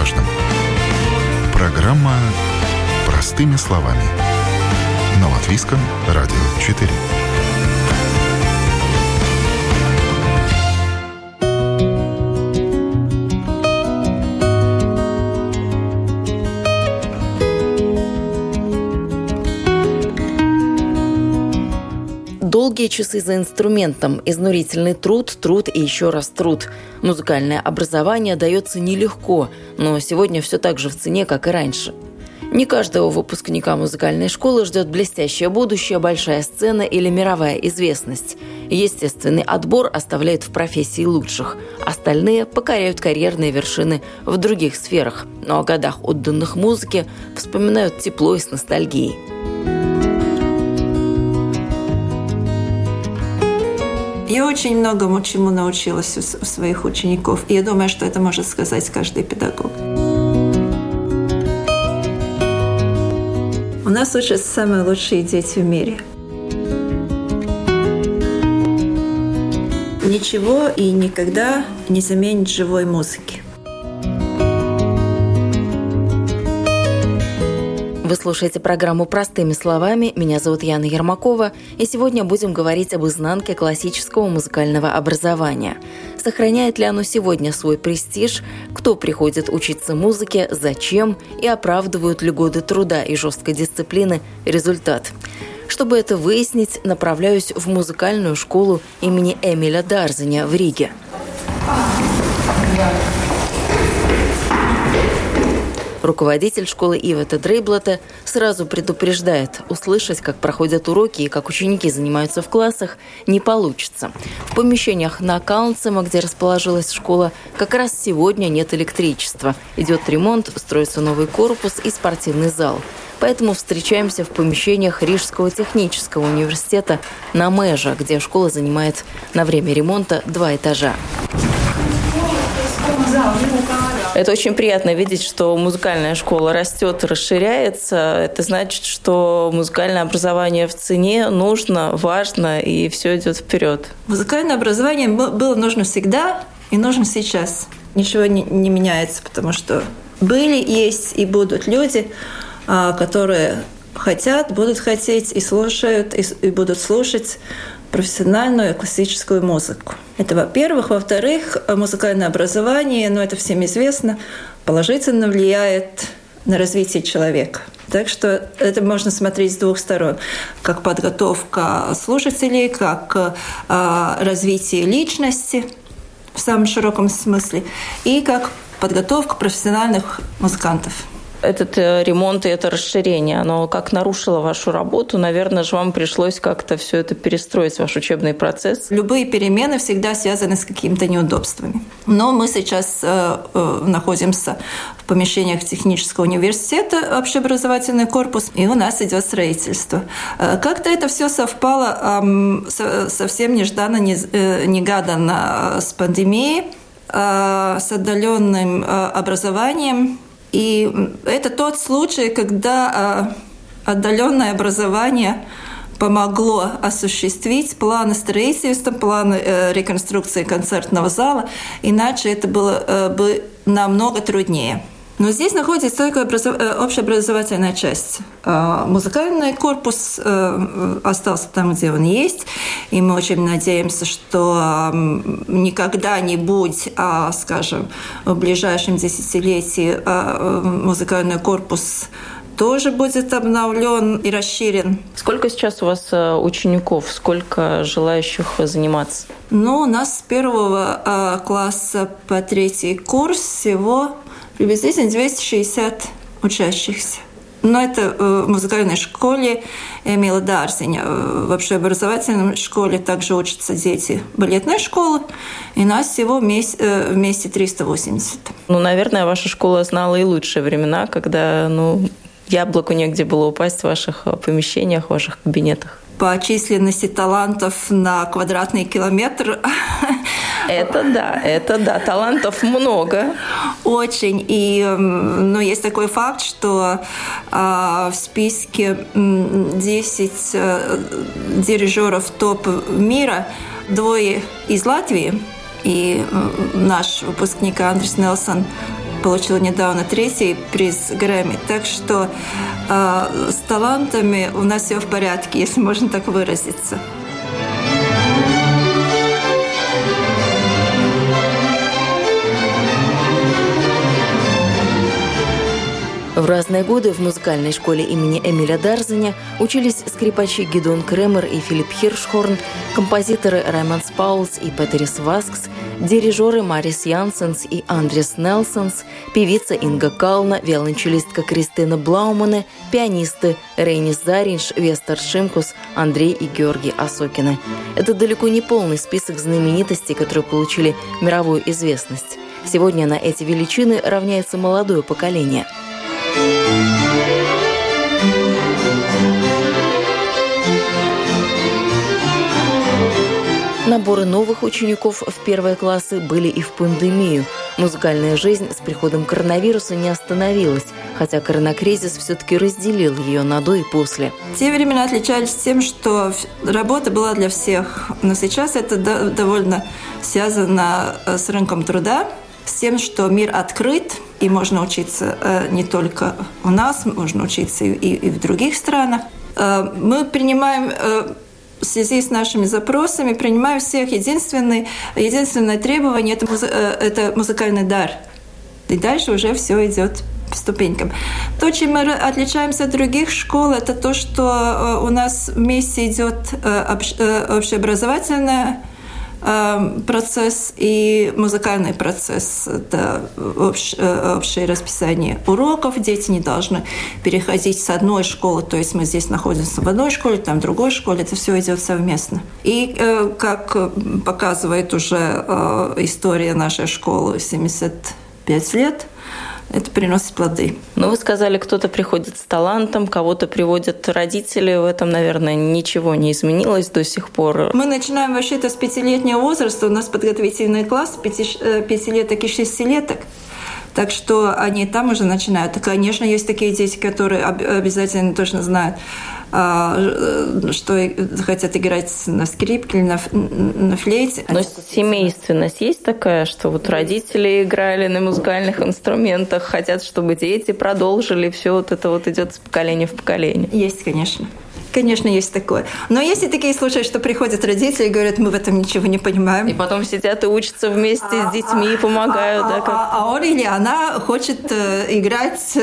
важном. Программа «Простыми словами» на Латвийском радио 4. Долгие часы за инструментом, изнурительный труд и еще раз труд. Музыкальное образование дается нелегко, но сегодня все так же в цене, как и раньше. Не каждого выпускника музыкальной школы ждет блестящее будущее, большая сцена или мировая известность. Естественный отбор оставляет в профессии лучших. Остальные покоряют карьерные вершины в других сферах, но о годах, отданных музыке, вспоминают тепло и с ностальгией. Я очень многому чему научилась у своих учеников, и я думаю, что это может сказать каждый педагог. У нас учатся самые лучшие дети в мире. Ничего и никогда не заменит живой музыки. Вы слушаете программу «Простыми словами». Меня зовут Яна Ермакова, и сегодня будем говорить об изнанке классического музыкального образования. Сохраняет ли оно сегодня свой престиж, кто приходит учиться музыке, зачем и оправдывают ли годы труда и жесткой дисциплины результат. Чтобы это выяснить, направляюсь в музыкальную школу имени Эмиля Дарзеня в Риге. Руководитель школы Ивета Дрейблата сразу предупреждает, услышать, как проходят уроки и как ученики занимаются в классах, не получится. В помещениях на Каунцема, где расположилась школа, как раз сегодня нет электричества. Идет ремонт, строится новый корпус и спортивный зал. Поэтому встречаемся в помещениях Рижского технического университета на Межа, где школа занимает на время ремонта 2 этажа. Это очень приятно видеть, что музыкальная школа растет и расширяется. Это значит, что музыкальное образование в цене нужно, важно, и все идет вперед. Музыкальное образование было нужно всегда и нужно сейчас. Ничего не меняется, потому что были, есть и будут люди, которые хотят, будут хотеть и слушают, и будут слушать профессиональную классическую музыку. Это, во-первых. Во-вторых, музыкальное образование, это всем известно, положительно влияет на развитие человека. Так что это можно смотреть с двух сторон. Как подготовка слушателей, как развитие личности в самом широком смысле, и как подготовка профессиональных музыкантов. Этот ремонт и это расширение, оно как нарушило вашу работу? Наверное же, вам пришлось как-то все это перестроить, ваш учебный процесс. Любые перемены всегда связаны с какими-то неудобствами. Но мы сейчас находимся в помещениях технического университета, общеобразовательный корпус, и у нас идет строительство. Как-то это все совпало совсем нежданно-негаданно с пандемией, с отдаленным образованием. И это тот случай, когда отдаленное образование помогло осуществить планы строительства, планы реконструкции концертного зала, иначе это было бы намного труднее. Но здесь находится только общеобразовательная часть. Музыкальный корпус остался там, где он есть, и мы очень надеемся, что никогда-нибудь, скажем, в ближайшем десятилетии музыкальный корпус тоже будет обновлен и расширен. Сколько сейчас у вас учеников? Сколько желающих заниматься? У нас с 1 класса по 3 курс всего приблизительно 260 учащихся. Но это в музыкальной школе Эмиля Дарзеня. В общеобразовательной школе также учатся дети балетной школы. И нас всего вместе 380. Наверное, ваша школа знала и лучшие времена, когда яблоку негде было упасть в ваших помещениях, в ваших кабинетах. По численности талантов на квадратный километр. Это да, талантов много. Очень. И есть такой факт, что в списке 10 дирижеров топ мира 2 из Латвии, и наш выпускник Андрис Нелсон получила недавно 3-й приз Грэмми. Так что с талантами у нас все в порядке, если можно так выразиться. В разные годы в музыкальной школе имени Эмиля Дарзаня учились скрипачи Гидеон Кремер и Филипп Хиршхорн, композиторы Раймондс Паулс и Петерис Васкс, дирижеры Марис Янсенс и Андрес Нелсонс, певица Инга Кална, виолончелистка Кристина Блаумане, пианисты Рейнис Заринш, Вестер Шимкус, Андрей и Георгий Осокины. Это далеко не полный список знаменитостей, которые получили мировую известность. Сегодня на эти величины равняется молодое поколение. Наборы новых учеников в первые классы были и в пандемию. Музыкальная жизнь с приходом коронавируса не остановилась, хотя коронакризис все-таки разделил ее на до и после. Те времена отличались тем, что работа была для всех, но сейчас это довольно связано с рынком труда, с тем, что мир открыт, и можно учиться не только у нас, можно учиться и в других странах. Мы принимаем, в связи с нашими запросами, принимаем всех. Единственное требование – это музыкальный дар. И дальше уже все идет по ступенькам. То, чем мы отличаемся от других школ, это то, что у нас вместе идет общеобразовательная процесс и музыкальный процесс. Это общее расписание уроков. Дети не должны переходить с одной школы, то есть мы здесь находимся в одной школе, там в другой школе, это все идет совместно. И как показывает уже история нашей школы 75 лет, это приносит плоды. Но вы сказали, кто-то приходит с талантом, кого-то приводят родители. В этом, наверное, ничего не изменилось до сих пор. Мы начинаем вообще-то с 5-летнего возраста. У нас подготовительный класс 5-леток и 6-леток. Так что они там уже начинают. Конечно, есть такие дети, которые обязательно точно знают, что хотят играть на скрипке или на флейте. Но семейственность есть такая, что вот родители играли на музыкальных инструментах, хотят, чтобы дети продолжили, все вот это вот идет с поколения в поколение. Есть, конечно. Конечно, есть такое. Но есть и такие случаи, что приходят родители и говорят, мы в этом ничего не понимаем. И потом сидят и учатся вместе с детьми и помогают. Он или она хочет играть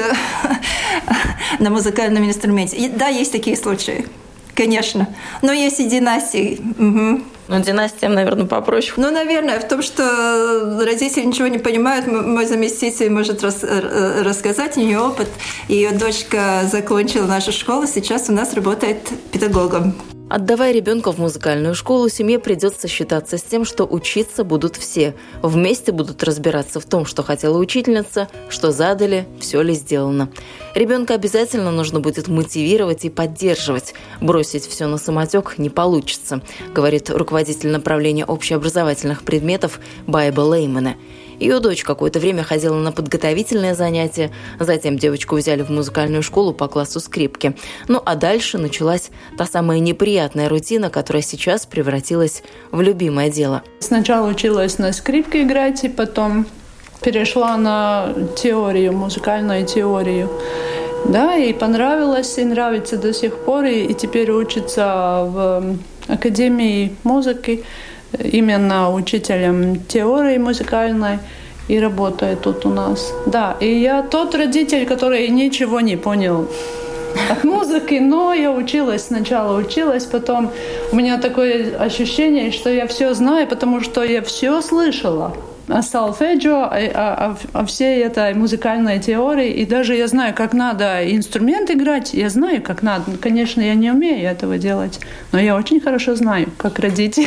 на музыкальном инструменте. И, да, есть такие случаи. Конечно. Но есть и династии. Угу. Ну, династиям, наверное, попроще. Ну, наверное, в том, что родители ничего не понимают. Мой заместитель может рассказать, у нее опыт. Ее дочка закончила нашу школу, сейчас у нас работает педагогом. Отдавая ребенка в музыкальную школу, семье придется считаться с тем, что учиться будут все. Вместе будут разбираться в том, что хотела учительница, что задали, все ли сделано. Ребенка обязательно нужно будет мотивировать и поддерживать. Бросить все на самотек не получится, говорит руководитель направления общеобразовательных предметов Байба Леймана. Ее дочь какое-то время ходила на подготовительные занятия, затем девочку взяли в музыкальную школу по классу скрипки. Ну а дальше началась та самая неприятная рутина, которая сейчас превратилась в любимое дело. Сначала училась на скрипке играть, и потом перешла на теорию, музыкальную теорию. Да, и понравилось, и нравится до сих пор, и теперь учится в Академии музыки, именно учителем теории музыкальной, и работает тут у нас. Да, и я тот родитель, который ничего не понял от музыки, но я сначала училась, потом у меня такое ощущение, что я все знаю, потому что я все слышала о сольфеджио, о всей этой музыкальной теории, и даже я знаю, как надо инструмент играть, я знаю, как надо. Конечно, я не умею этого делать, но я очень хорошо знаю, как родитель.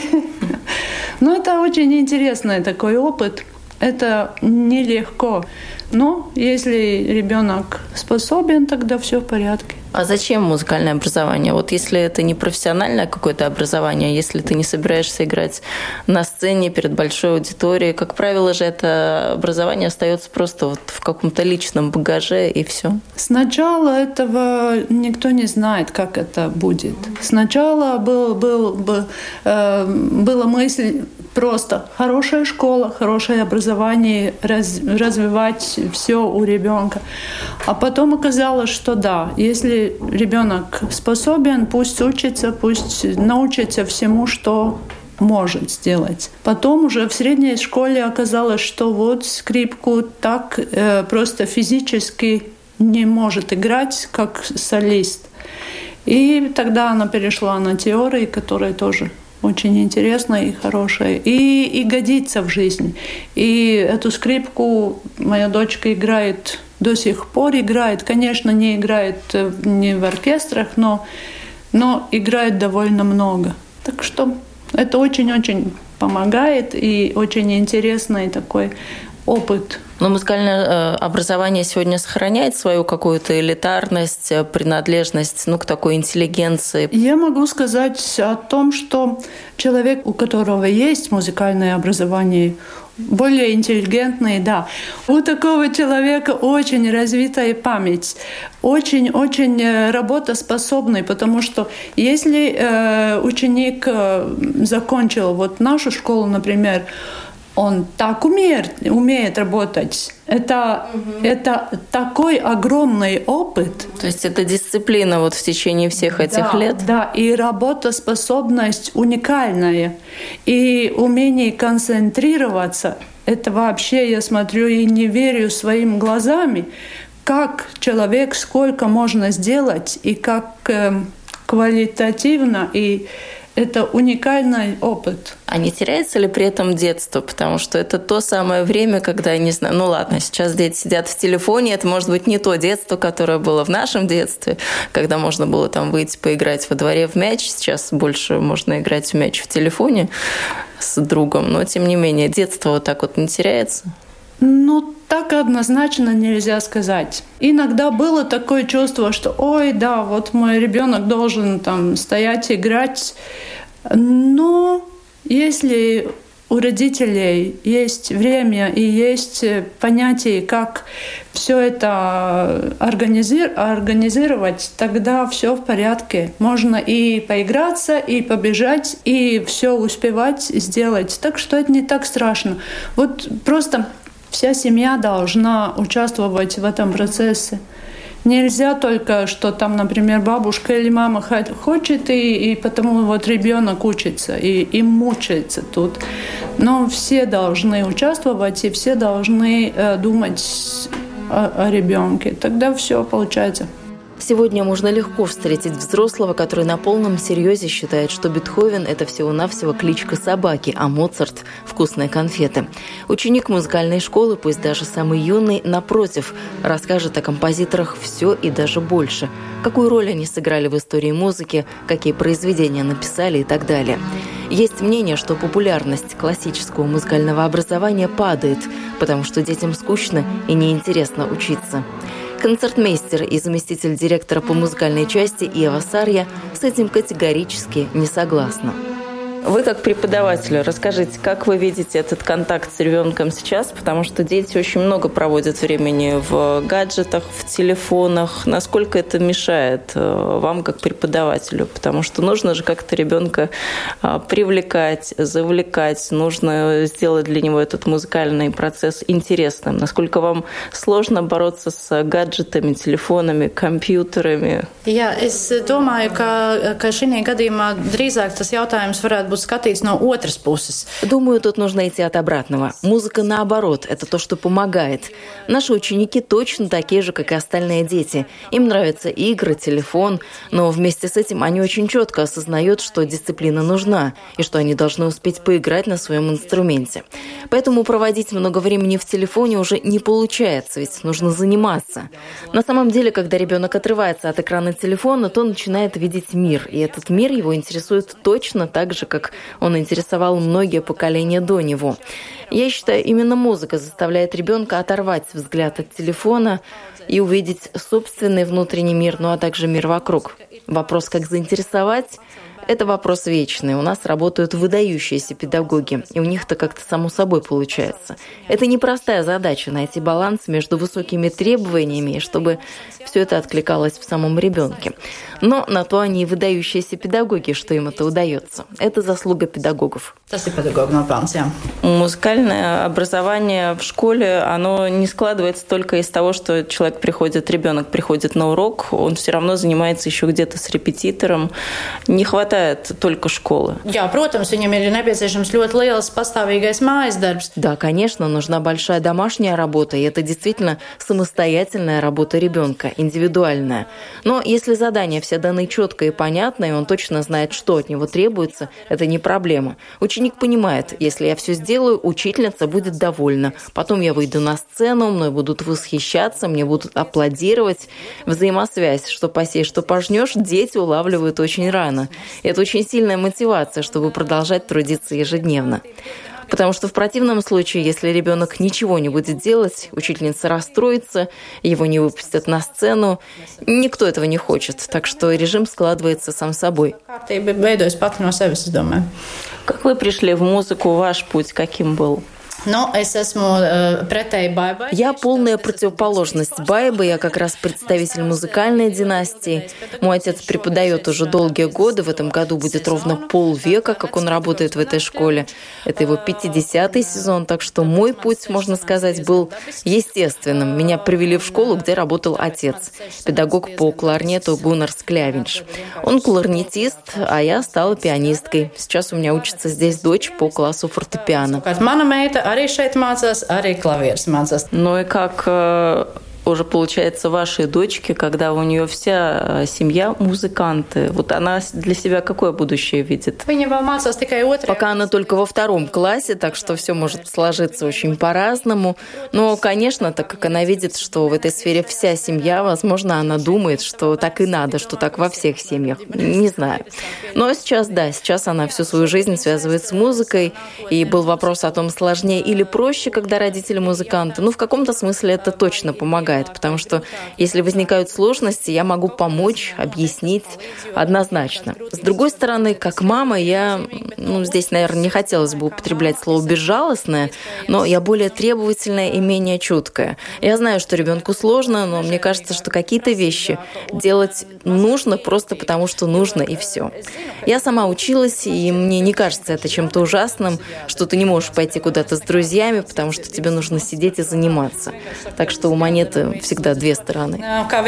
Но это очень интересный такой опыт. Это нелегко. Но если ребенок способен, тогда все в порядке. А зачем музыкальное образование? Вот если это не профессиональное какое-то образование, если ты не собираешься играть на сцене перед большой аудиторией, как правило же это образование остается просто вот в каком-то личном багаже и все. Сначала этого никто не знает, как это будет. Сначала была мысль просто хорошая школа, хорошее образование, развивать все у ребенка. А потом оказалось, что да, если ребенок способен, пусть учится, пусть научится всему, что может сделать. Потом уже в средней школе оказалось, что вот скрипку так просто физически не может играть, как солист. И тогда она перешла на теории, которые тоже очень интересная и хорошая, и годится в жизнь. И эту скрипку моя дочка играет, до сих пор играет. Конечно, не играет не в оркестрах, но играет довольно много. Так что это очень-очень помогает и очень интересный такой опыт. Но музыкальное образование сегодня сохраняет свою какую-то элитарность, принадлежность к такой интеллигенции? Я могу сказать о том, что человек, у которого есть музыкальное образование, более интеллигентный, да. У такого человека очень развитая память, очень-очень работоспособный, потому что если ученик закончил вот нашу школу, например, он так умеет работать. Это такой огромный опыт. То есть это дисциплина вот в течение всех этих лет? Да, и работоспособность уникальная. И умение концентрироваться, это вообще, я смотрю и не верю своими глазами, как человек, сколько можно сделать, и как квалитативно, и это уникальный опыт. А не теряется ли при этом детство? Потому что это то самое время, когда, я не знаю, ладно, сейчас дети сидят в телефоне, это может быть не то детство, которое было в нашем детстве, когда можно было там выйти поиграть во дворе в мяч. Сейчас больше можно играть в мяч в телефоне с другом, но тем не менее детство вот так вот не теряется? Так однозначно нельзя сказать. Иногда было такое чувство, что ой, да, вот мой ребенок должен там стоять, играть. Но если у родителей есть время и есть понятие, как все это организировать, тогда все в порядке. Можно и поиграться, и побежать, и все успевать сделать. Так что это не так страшно. Вот просто вся семья должна участвовать в этом процессе. Нельзя только, что там, например, бабушка или мама хочет, и потому вот ребенок учится и мучается тут. Но все должны участвовать, и все должны думать о ребенке. Тогда все получается. Сегодня можно легко встретить взрослого, который на полном серьезе считает, что Бетховен – это всего-навсего кличка собаки, а Моцарт – вкусные конфеты. Ученик музыкальной школы, пусть даже самый юный, напротив, расскажет о композиторах все и даже больше. Какую роль они сыграли в истории музыки, какие произведения написали и так далее. Есть мнение, что популярность классического музыкального образования падает, потому что детям скучно и неинтересно учиться. Концертмейстер и заместитель директора по музыкальной части Ева Сарья с этим категорически не согласна. Вы как преподаватель, расскажите, как вы видите этот контакт с ребенком сейчас, потому что дети очень много проводят времени в гаджетах, в телефонах. Насколько это мешает вам как преподавателю? Потому что нужно же как-то ребенка привлекать, завлекать, нужно сделать для него этот музыкальный процесс интересным. Насколько вам сложно бороться с гаджетами, телефонами, компьютерами? Es domāju, ka šī gadījumā drīzāk tas jautājums varētu būt skatīts no otras puses. Думаю, тут нужно идти от обратного. Музыка, наоборот, это то, что помогает. Наши ученики точно такие же, как и остальные дети. Им нравятся игры, телефон, но вместе с этим они очень четко осознают, что дисциплина нужна и что они должны успеть поиграть на своем инструменте. Поэтому проводить много времени в телефоне уже не получается, ведь нужно заниматься. На самом деле, когда ребенок отрывается от экрана телефона, то начинает видеть мир, и этот мир его интересует точно так же, как он интересовал многие поколения до него. Я считаю, именно музыка заставляет ребенка оторвать взгляд от телефона и увидеть собственный внутренний мир, ну а также мир вокруг. Вопрос, как заинтересовать, Это вопрос вечный. У нас работают выдающиеся педагоги, и у них-то как-то само собой получается. Это непростая задача — найти баланс между высокими требованиями, чтобы все это откликалось в самом ребенке. Но на то они и выдающиеся педагоги, что им это удается. Это заслуга педагогов. Музыкальное образование в школе, оно не складывается только из того, что ребенок приходит на урок, он все равно занимается еще где-то с репетитором. Не хватает только школы. Да, конечно, нужна большая домашняя работа, и это действительно самостоятельная работа ребенка, индивидуальная. Но если задания все даны четко и понятно, и он точно знает, что от него требуется, это не проблема. Ученик понимает, если я все сделаю, учительница будет довольна. Потом я выйду на сцену, мной будут восхищаться, мне будут аплодировать. Взаимосвязь, что посеешь, что пожнешь, дети улавливают очень рано. Это очень сильная мотивация, чтобы продолжать трудиться ежедневно. Потому что в противном случае, если ребенок ничего не будет делать, учительница расстроится, его не выпустят на сцену. Никто этого не хочет, так что режим складывается сам собой. Как вы пришли в музыку? Ваш путь каким был? Я полная противоположность Байбы, я как раз представитель музыкальной династии. Мой отец преподает уже долгие годы, в этом году будет ровно полвека, как он работает в этой школе. Это его 50-й сезон, так что мой путь, можно сказать, был естественным. Меня привели в школу, где работал отец, педагог по кларнету Гуннар Склявинш. Он кларнетист, а я стала пианисткой. Сейчас у меня учится здесь дочь по классу фортепиано. Ну и как уже получается вашей дочке, когда у нее вся семья музыканты? Вот она для себя какое будущее видит? Пока она только во 2 классе, так что все может сложиться очень по-разному. Но, конечно, так как она видит, что в этой сфере вся семья, возможно, она думает, что так и надо, что так во всех семьях. Не знаю. Но сейчас она всю свою жизнь связывает с музыкой. И был вопрос о том, сложнее или проще, когда родители музыканты. Ну, в каком-то смысле это точно помогает. Потому что если возникают сложности, я могу помочь, объяснить однозначно. С другой стороны, как мама, я, здесь, наверное, не хотелось бы употреблять слово «безжалостная», но я более требовательная и менее чуткая. Я знаю, что ребенку сложно, но мне кажется, что какие-то вещи делать нужно просто потому, что нужно, и все. Я сама училась, и мне не кажется это чем-то ужасным, что ты не можешь пойти куда-то с друзьями, потому что тебе нужно сидеть и заниматься. Так что у монеты всегда 2 стороны.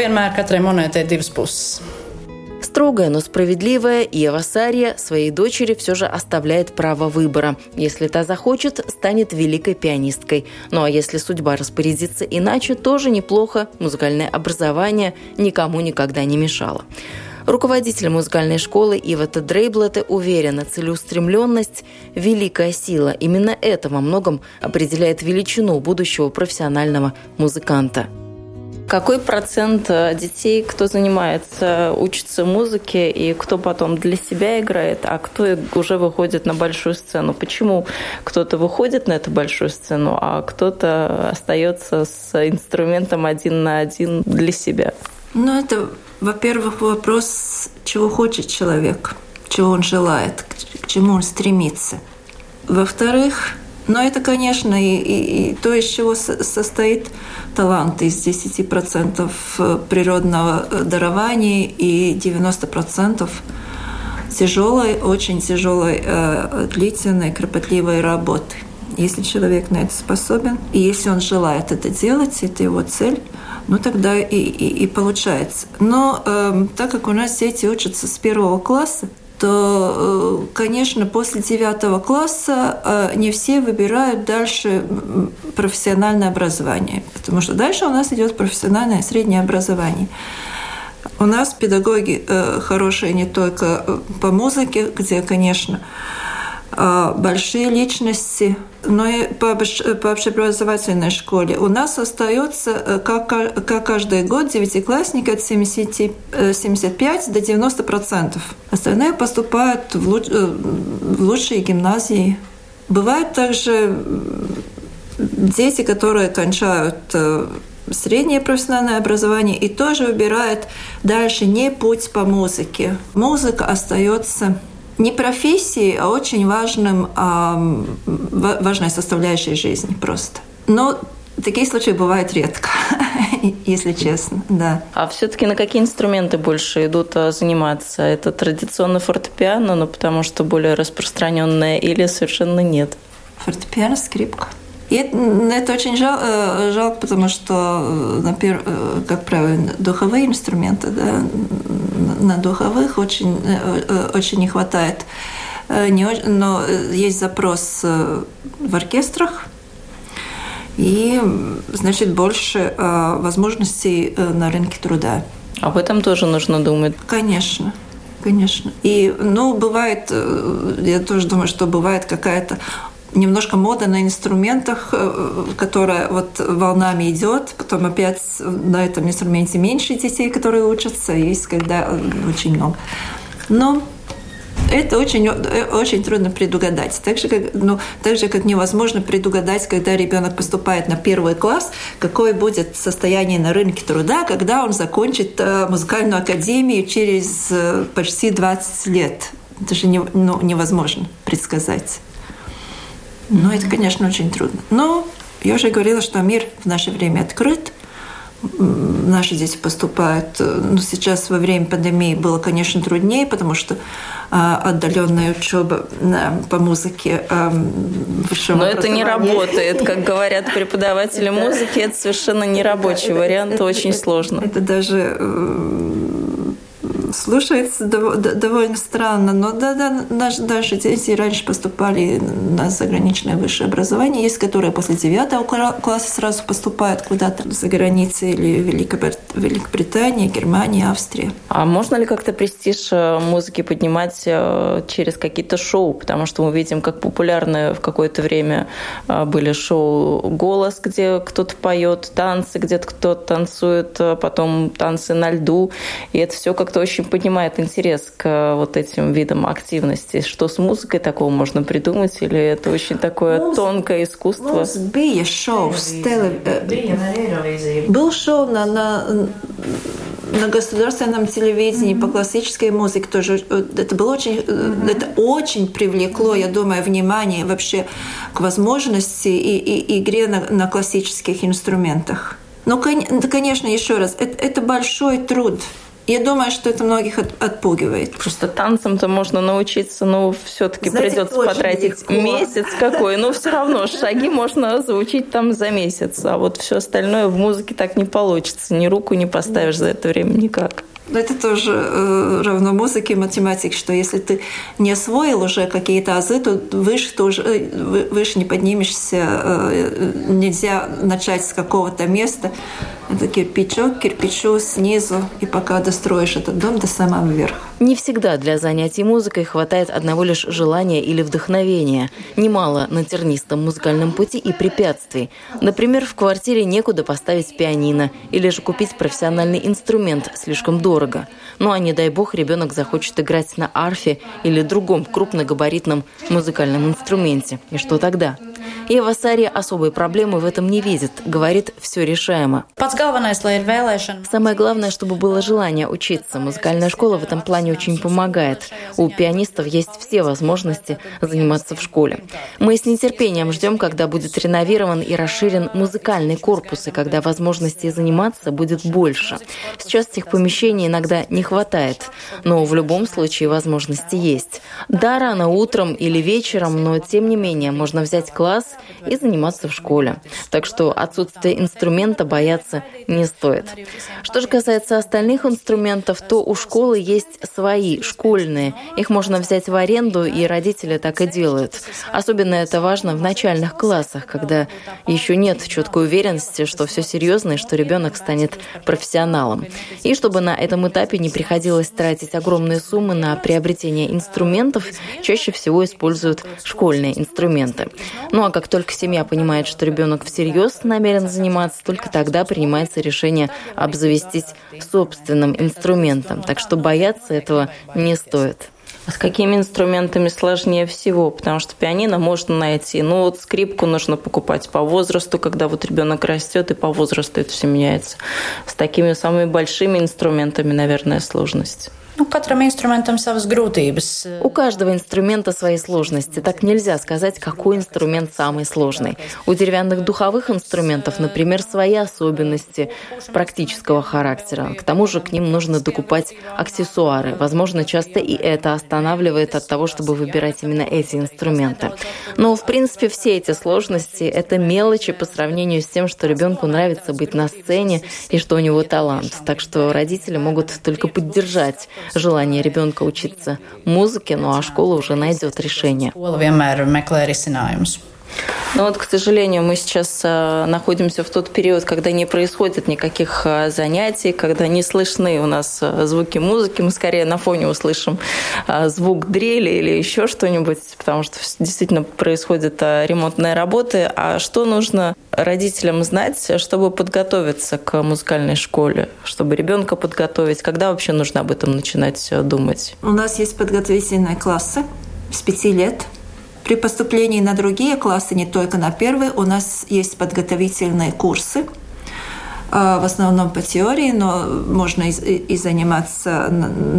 Строгая, но справедливая Ева Сария своей дочери все же оставляет право выбора. Если та захочет, станет великой пианисткой. Ну а если судьба распорядится иначе, тоже неплохо. Музыкальное образование никому никогда не мешало. Руководитель музыкальной школы Ивета Дрейблете уверена, целеустремленность – великая сила. Именно это во многом определяет величину будущего профессионального музыканта. Какой процент детей, кто учится музыке, и кто потом для себя играет, а кто уже выходит на большую сцену? Почему кто-то выходит на эту большую сцену, а кто-то остается с инструментом 1 на 1 для себя? Это, во-первых, вопрос, чего хочет человек, чего он желает, к чему он стремится. Во-вторых, это, конечно, и то, из чего состоит талант, из 10% природного дарования и 90% тяжелой, очень тяжелой, длительной, кропотливой работы. Если человек на это способен, и если он желает это делать, это его цель, тогда и получается. Но так как у нас дети учатся с 1 класса, то, конечно, после 9 класса не все выбирают дальше профессиональное образование, потому что дальше у нас идет профессиональное среднее образование. У нас педагоги хорошие не только по музыке, где, конечно, большие личности, но и по общеобразовательной школе. У нас остается, как каждый год, девятиклассники от 75 до 90%. Остальные поступают в лучшие гимназии. Бывают также дети, которые кончают среднее профессиональное образование и тоже выбирают дальше не путь по музыке. Музыка остается не профессией, а очень важной составляющей жизни просто. Но такие случаи бывают редко, если честно, да. А все-таки на какие инструменты больше идут заниматься? Это традиционно фортепиано, потому что более распространенное, или совершенно нет? Фортепиано, скрипка. И это очень жалко, потому что, как правило, духовые инструменты, да, на духовых очень не хватает. Но есть запрос в оркестрах, и, значит, больше возможностей на рынке труда. Об этом тоже нужно думать. Конечно. И, бывает, я тоже думаю, что бывает какая-то немножко мода на инструментах, которая вот волнами идет, потом опять на этом инструменте меньше детей, которые учатся, есть когда очень много. Но это очень трудно предугадать. Так же, как невозможно предугадать, когда ребенок поступает на 1 класс, какое будет состояние на рынке труда, когда он закончит музыкальную академию через почти 20 лет. Это же невозможно предсказать. Но это, конечно, очень трудно. Но я уже говорила, что мир в наше время открыт. Наши дети поступают. Сейчас во время пандемии было, конечно, труднее, потому что отдаленная учеба по музыке высшего образования. Но это не работает, как говорят преподаватели музыки. Это совершенно не рабочий вариант, очень сложно. Это даже слушается довольно странно, но наши дети раньше поступали на заграничное высшее образование. Есть, которые после 9 класса сразу поступают куда-то за границей, или Великобритания, Германия, Австрия. А можно ли как-то престиж музыки поднимать через какие-то шоу? Потому что мы видим, как популярны в какое-то время были шоу «Голос», где кто-то поет, танцы, где кто-то танцует, потом танцы на льду. И это все как-то очень поднимает интерес к вот этим видам активности. Что с музыкой такого можно придумать? Или это очень такое тонкое искусство? Bija шоу был шоу на государственном телевидении по классической музыке тоже. Это очень привлекло, я думаю, внимание вообще к возможности и игре на классических инструментах. Но, конечно, еще раз, это большой труд. Я думаю, что это многих отпугивает. Просто танцам-то можно научиться, но все-таки придется потратить месяц какой. Но все равно шаги можно заучить там за месяц. А вот все остальное в музыке так не получится. Ни руку не поставишь за это время никак. Это тоже равно музыке и математике, что если ты не освоил уже какие-то азы, то выше не поднимешься. Нельзя начать с какого-то места. Это кирпичок к кирпичу снизу, и пока достроишь этот дом до самого верха. Не всегда для занятий музыкой хватает одного лишь желания или вдохновения. Немало на тернистом музыкальном пути и препятствий. Например, в квартире некуда поставить пианино или же купить профессиональный инструмент слишком дорого. Ну а не дай бог ребенок захочет играть на арфе или другом крупногабаритном музыкальном инструменте. И что тогда? Ева Сария особой проблемы в этом не видит. Говорит, все решаемо. Самое главное, чтобы было желание учиться. Музыкальная школа в этом плане очень помогает. У пианистов есть все возможности заниматься в школе. Мы с нетерпением ждем, когда будет реновирован и расширен музыкальный корпус, и когда возможностей заниматься будет больше. Сейчас этих помещений иногда не хватает, но в любом случае возможности есть. Да, рано утром или вечером, но тем не менее можно взять класс и заниматься в школе. Так что отсутствие инструмента бояться не стоит. Что же касается остальных инструментов, то у школы есть свои, школьные. Их можно взять в аренду, и родители так и делают. Особенно это важно в начальных классах, когда еще нет четкой уверенности, что все серьезно и что ребенок станет профессионалом. И чтобы на этом этапе не приходилось тратить огромные суммы на приобретение инструментов, чаще всего используют школьные инструменты. Ну а как только семья понимает, что ребенок всерьез намерен заниматься, только тогда принимается решение обзавестись собственным инструментом. Так что бояться этого не стоит. А с какими инструментами сложнее всего? Потому что пианино можно найти, но вот скрипку нужно покупать по возрасту, когда вот ребенок растет, и по возрасту это все меняется. С такими самыми большими инструментами, наверное, сложность. Katram instrumentam savas grūtības. У каждого инструмента свои сложности. Так нельзя сказать, какой инструмент самый сложный. У деревянных духовых инструментов, например, свои особенности практического характера. К тому же к ним нужно докупать аксессуары. Возможно, часто и это останавливает от того, чтобы выбирать именно эти инструменты. Но, в принципе, все эти сложности — это мелочи по сравнению с тем, что ребенку нравится быть на сцене и что у него талант. Так что родители могут только поддержать желание ребенка учиться музыке, ну а школа уже найдет решение. Но вот, к сожалению, мы сейчас находимся в тот период, когда не происходит никаких занятий, когда не слышны у нас звуки музыки. Мы скорее на фоне услышим звук дрели или еще что-нибудь, потому что действительно происходят ремонтные работы. А что нужно родителям знать, чтобы подготовиться к музыкальной школе, чтобы ребенка подготовить? Когда вообще нужно об этом начинать думать? У нас есть подготовительные классы с 5 лет. При поступлении на другие классы, не только на первый, у нас есть подготовительные курсы, в основном по теории, но можно и заниматься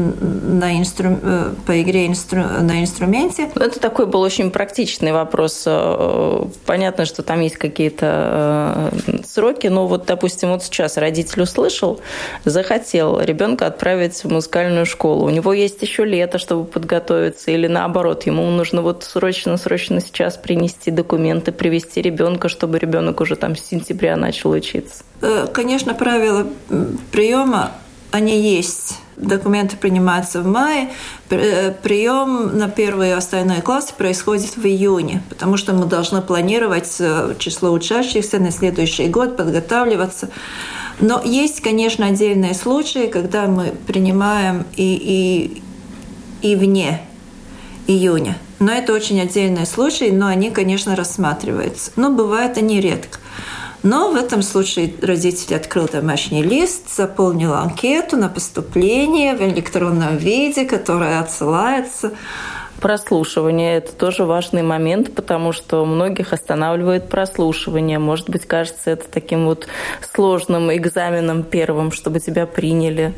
по игре на инструменте. Это такой был очень практичный вопрос. Понятно, что там есть какие-то сроки, но вот, допустим, вот сейчас родитель услышал, захотел ребенка отправить в музыкальную школу. У него есть еще лето, чтобы подготовиться, или наоборот, ему нужно вот срочно сейчас принести документы, привести ребенка, чтобы ребенок уже там с сентября начал учиться. Конечно, правила приема, они есть. Документы принимаются в мае. Прием на первый и остальной класс происходит в июне, потому что мы должны планировать число учащихся на следующий год, подготавливаться. Но есть, конечно, отдельные случаи, когда мы принимаем и вне июня. Но это очень отдельные случаи, но они, конечно, рассматриваются. Но бывает они редко. Но в этом случае родитель открыл домашний лист, заполнил анкету на поступление в электронном виде, которая отсылается. Прослушивание – это тоже важный момент, потому что многих останавливает прослушивание. Может быть, кажется, это таким вот сложным экзаменом первым, чтобы тебя приняли.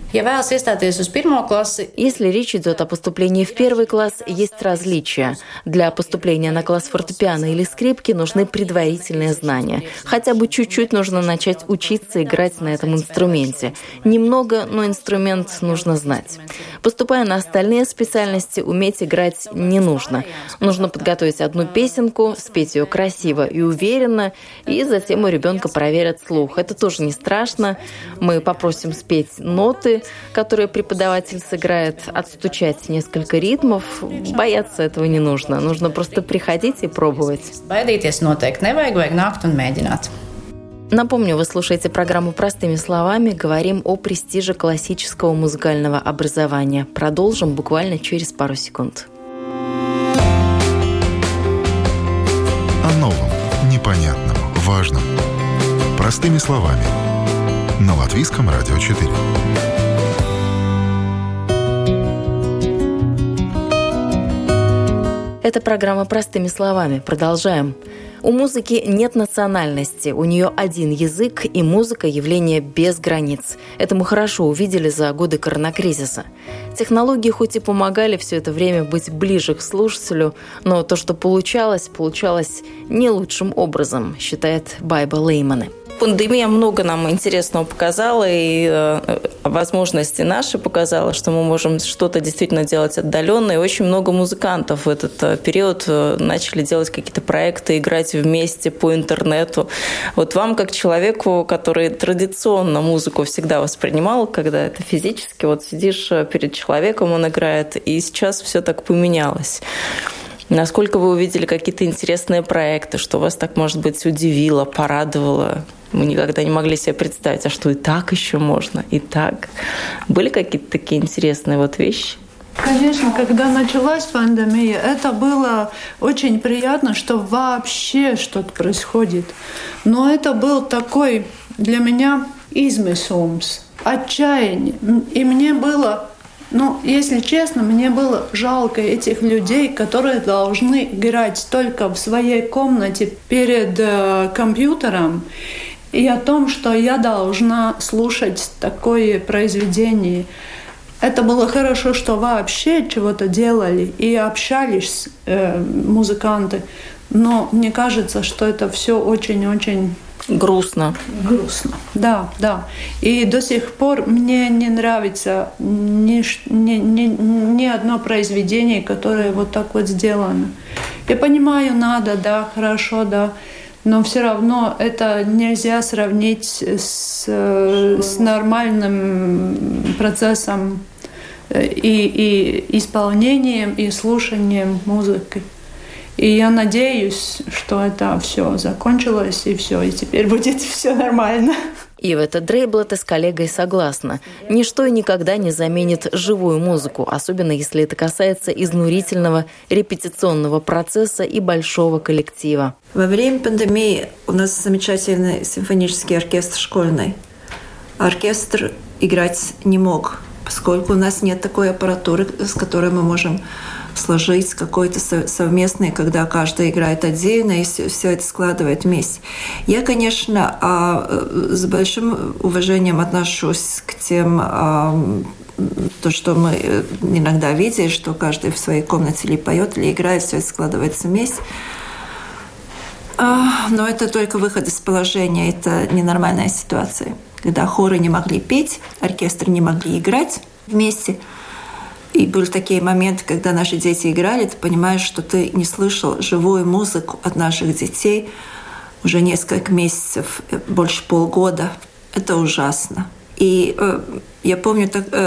Если речь идет о поступлении в первый класс, есть различия. Для поступления на класс фортепиано или скрипки нужны предварительные знания. Хотя бы чуть-чуть нужно начать учиться играть на этом инструменте. Немного, но инструмент нужно знать. Поступая на остальные специальности, уметь играть не нужно. Нужно подготовить одну песенку, спеть ее красиво и уверенно, и затем у ребенка проверят слух. Это тоже не страшно. Мы попросим спеть ноты, которые преподаватель сыграет, отстучать несколько ритмов. Бояться этого не нужно. Нужно просто приходить и пробовать. Напомню, вы слушаете программу «Простыми словами». Говорим о престиже классического музыкального образования. Продолжим буквально через пару секунд. О новом, непонятном, важном. Простыми словами. На Латвийском радио 4. Это программа «Простыми словами». Продолжаем. У музыки нет национальности, у нее один язык, и музыка – явление без границ. Это мы хорошо увидели за годы коронакризиса. Технологии хоть и помогали все это время быть ближе к слушателю, но то, что получалось не лучшим образом, считает Байба Леймане. Пандемия много нам интересного показала, и возможности наши показала, что мы можем что-то действительно делать отдаленно. И очень много музыкантов в этот период начали делать какие-то проекты, играть вместе по интернету. Вот вам, как человеку, который традиционно музыку всегда воспринимал, когда это физически, вот сидишь перед человеком, он играет, и сейчас все так поменялось. Насколько вы увидели какие-то интересные проекты, что вас так, может быть, удивило, порадовало? Мы никогда не могли себе представить, а что и так еще можно, и так. Были какие-то такие интересные вот вещи? Конечно, когда началась пандемия, это было очень приятно, что вообще что-то происходит. Но это был такой для меня измисумс, отчаяние. И мне было, если честно, мне было жалко этих людей, которые должны играть только в своей комнате перед компьютером, и о том, что я должна слушать такое произведение. Это было хорошо, что вообще чего-то делали и общались музыканты. Но мне кажется, что это все очень-очень грустно. Грустно, да. И до сих пор мне не нравится ни одно произведение, которое вот так вот сделано. Я понимаю, надо, да, хорошо, да. Но все равно это нельзя сравнить с нормальным процессом и исполнением, и слушанием музыки. И я надеюсь, что это все закончилось, и все, и теперь будет все нормально. Ивета Дрейблата с коллегой согласна. Ничто и никогда не заменит живую музыку, особенно если это касается изнурительного репетиционного процесса и большого коллектива. Во время пандемии у нас замечательный симфонический оркестр школьный. Оркестр играть не мог, поскольку у нас нет такой аппаратуры, с которой мы можем сложить какой-то совместный, когда каждый играет отдельно и все это складывает вместе. Я, конечно, с большим уважением отношусь к тем, то, что мы иногда видим, что каждый в своей комнате или поет, или играет, все это складывается вместе. Но это только выход из положения, это ненормальная ситуация. Когда хоры не могли петь, оркестры не могли играть вместе. И были такие моменты, когда наши дети играли, ты понимаешь, что ты не слышал живую музыку от наших детей уже несколько месяцев, больше полгода. Это ужасно. И я помню,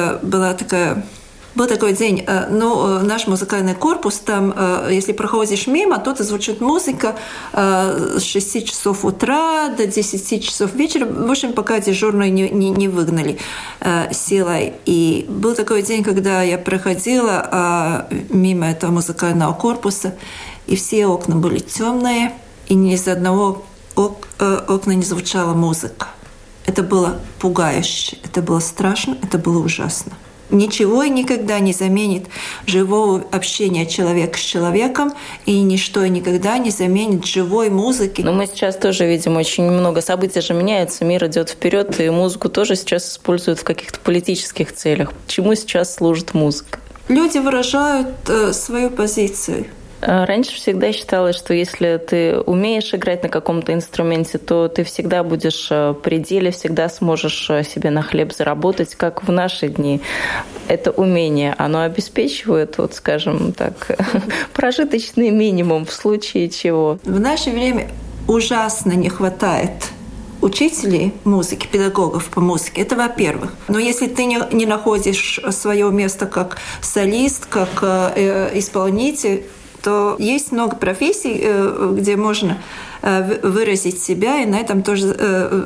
был такой день, наш музыкальный корпус, там, если проходишь мимо, то звучит музыка с 6 часов утра до 10 часов вечера, в общем, пока дежурные не выгнали силой. И был такой день, когда я проходила мимо этого музыкального корпуса, и все окна были темные, и ни из одного окна не звучала музыка. Это было пугающе, это было страшно, это было ужасно. Ничего и никогда не заменит живого общения человека с человеком, и ничто и никогда не заменит живой музыки. Но мы сейчас тоже видим очень много событий же меняются, мир идет вперед, и музыку тоже сейчас используют в каких-то политических целях. Чему сейчас служит музыка? Люди выражают свою позицию. Раньше всегда считалось, что если ты умеешь играть на каком-то инструменте, то ты всегда будешь при деле, всегда сможешь себе на хлеб заработать, как в наши дни. Это умение, оно обеспечивает, вот скажем так, прожиточный минимум в случае чего. В наше время ужасно не хватает учителей музыки, педагогов по музыке, это во-первых. Но если ты не находишь свое место как солист, как исполнитель, то есть много профессий, где можно выразить себя и на этом тоже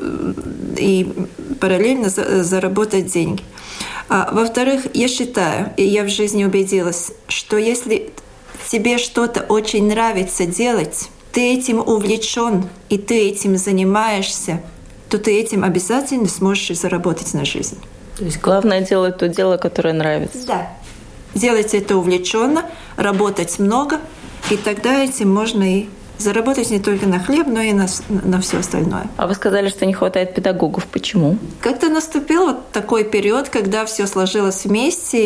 и параллельно заработать деньги. Во-вторых, я считаю, и я в жизни убедилась, что если тебе что-то очень нравится делать, ты этим увлечен и ты этим занимаешься, то ты этим обязательно сможешь заработать на жизнь. То есть главное делать то дело, которое нравится. Да. Делать это увлеченно, работать много, и тогда этим можно и заработать не только на хлеб, но и на все остальное. А вы сказали, что не хватает педагогов. Почему? Как-то наступил вот такой период, когда все сложилось вместе,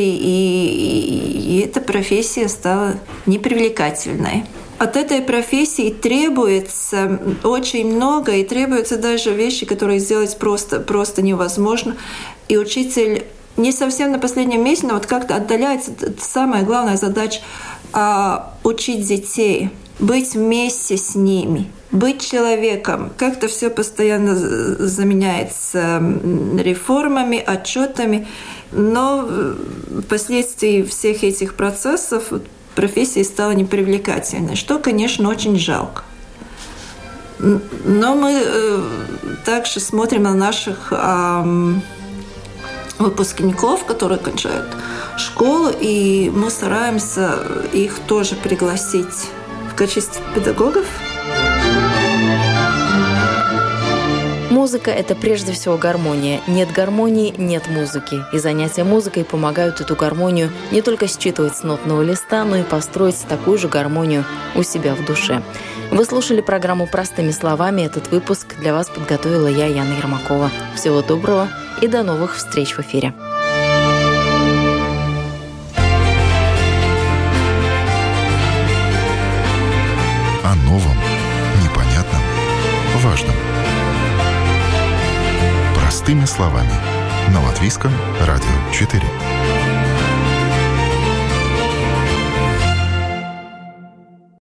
и эта профессия стала непривлекательной. От этой профессии требуется очень много, и требуются даже вещи, которые сделать просто невозможно. И учитель не совсем на последнем месте, но вот как-то отдаляется самая главная задача учить детей, быть вместе с ними, быть человеком. Как-то все постоянно заменяется реформами, отчетами, но впоследствии всех этих процессов профессия стала непривлекательной, что, конечно, очень жалко. Но мы также смотрим на наших выпускников, которые кончают школу, и мы стараемся их тоже пригласить в качестве педагогов. Музыка – это прежде всего гармония. Нет гармонии – нет музыки. И занятия музыкой помогают эту гармонию не только считывать с нотного листа, но и построить такую же гармонию у себя в душе. Вы слушали программу «Простыми словами». Этот выпуск для вас подготовила я, Яна Ермакова. Всего доброго и до новых встреч в эфире. О новом, непонятном, важном. Простыми словами. На Латвийском радио 4.